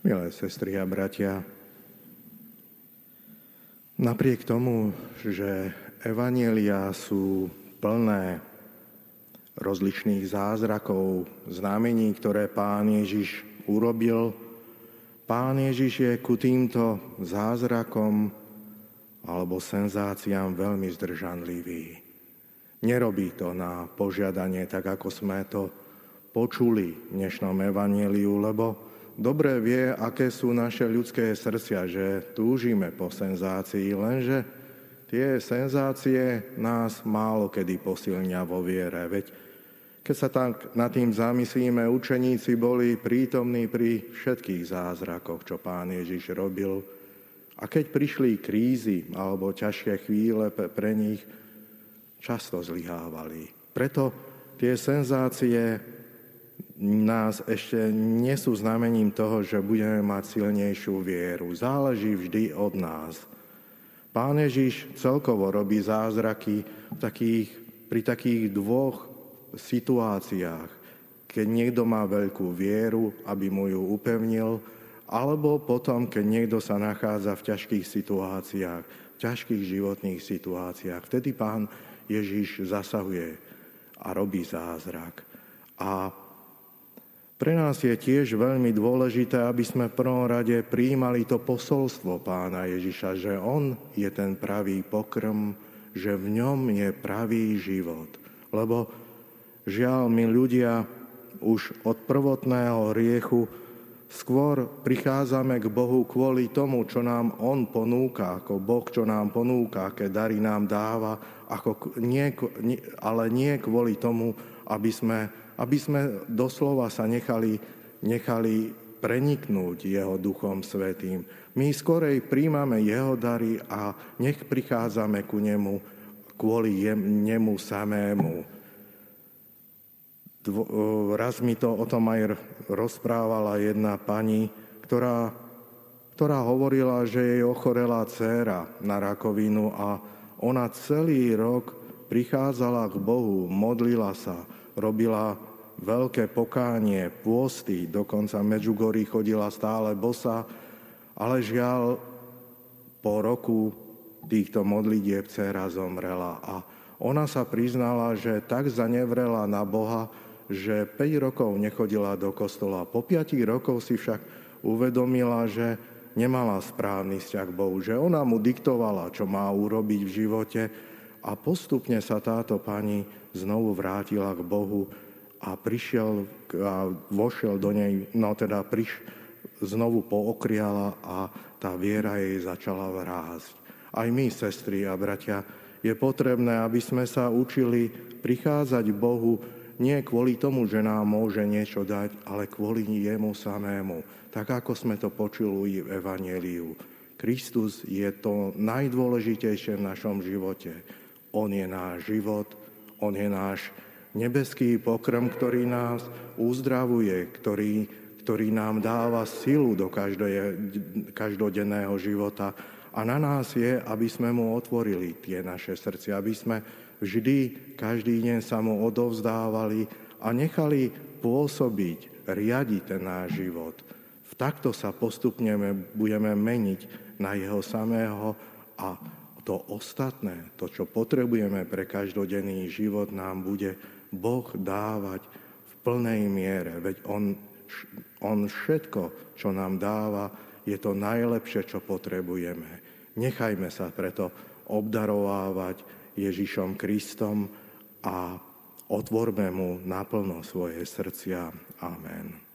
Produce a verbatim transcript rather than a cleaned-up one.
Milé sestry a bratia, napriek tomu, že evanjeliá sú plné rozličných zázrakov, znamení, ktoré Pán Ježiš urobil, Pán Ježiš je ku týmto zázrakom alebo senzáciám veľmi zdržanlivý. Nerobí to na požiadanie, tak ako sme to počuli v dnešnom evanjeliu, lebo dobre vie, aké sú naše ľudské srdcia, že túžime po senzácii, lenže tie senzácie nás málo kedy posilnia vo viere. Veď keď sa tak nad tým zamyslíme, učeníci boli prítomní pri všetkých zázrakoch, čo Pán Ježiš robil. A keď prišli krízy alebo ťažké chvíle pre nich, často zlyhávali. Preto tie senzácie nás ešte nie sú znamením toho, že budeme mať silnejšiu vieru. Záleží vždy od nás. Pán Ježiš celkovo robí zázraky v takých, pri takých dvoch situáciách. Keď niekto má veľkú vieru, aby mu ju upevnil, alebo potom, keď niekto sa nachádza v ťažkých situáciách, v ťažkých životných situáciách. Vtedy Pán Ježiš zasahuje a robí zázrak. A pre nás je tiež veľmi dôležité, aby sme v prvom rade prijímali to posolstvo Pána Ježiša, že On je ten pravý pokrm, že v ňom je pravý život. Lebo žiaľ, my ľudia už od prvotného hriechu skôr prichádzame k Bohu kvôli tomu, čo nám On ponúka, ako Boh, čo nám ponúka, aké dary nám dáva, ako nie, ale nie kvôli tomu, aby sme aby sme doslova sa nechali, nechali preniknúť Jeho Duchom Svätým. My skorej príjmame Jeho dary a nech prichádzame ku Nemu kvôli Nemu samému. Dvo, raz mi to o tom aj rozprávala jedna pani, ktorá, ktorá hovorila, že jej ochorela dcéra na rakovinu a ona celý rok prichádzala k Bohu, modlila sa, robila veľké pokánie, pôsty, dokonca v Medžugorí chodila stále bosa, ale žiaľ, po roku týchto modlitieb dcéra zomrela. A ona sa priznala, že tak zanevrela na Boha, že päť rokov nechodila do kostola. Po piatich rokoch si však uvedomila, že nemala správny vzťah k Bohu, že ona mu diktovala, čo má urobiť v živote, a postupne sa táto pani znovu vrátila k Bohu a prišiel a vošiel do nej, no teda priš, znovu pookriala a tá viera jej začala vrásť. Aj my, sestry a bratia, je potrebné, aby sme sa učili prichádzať k Bohu nie kvôli tomu, že nám môže niečo dať, ale kvôli Jemu samému. Tak ako sme to počuli v evanjeliu. Kristus je to najdôležitejšie v našom živote. On je náš život, On je náš nebeský pokrm, ktorý nás uzdravuje, ktorý, ktorý nám dáva silu do každodenného života. A na nás je, aby sme mu otvorili tie naše srdcia, aby sme vždy, každý deň sa mu odovzdávali a nechali pôsobiť, riadiť ten náš život. V takto sa postupne budeme meniť na jeho samého a to ostatné, to, čo potrebujeme pre každodenný život, nám bude Boh dávať v plnej miere. Veď On, on všetko, čo nám dáva, je to najlepšie, čo potrebujeme. Nechajme sa preto obdarovávať Ježišom Kristom a otvorme mu naplno svoje srdcia. Amen.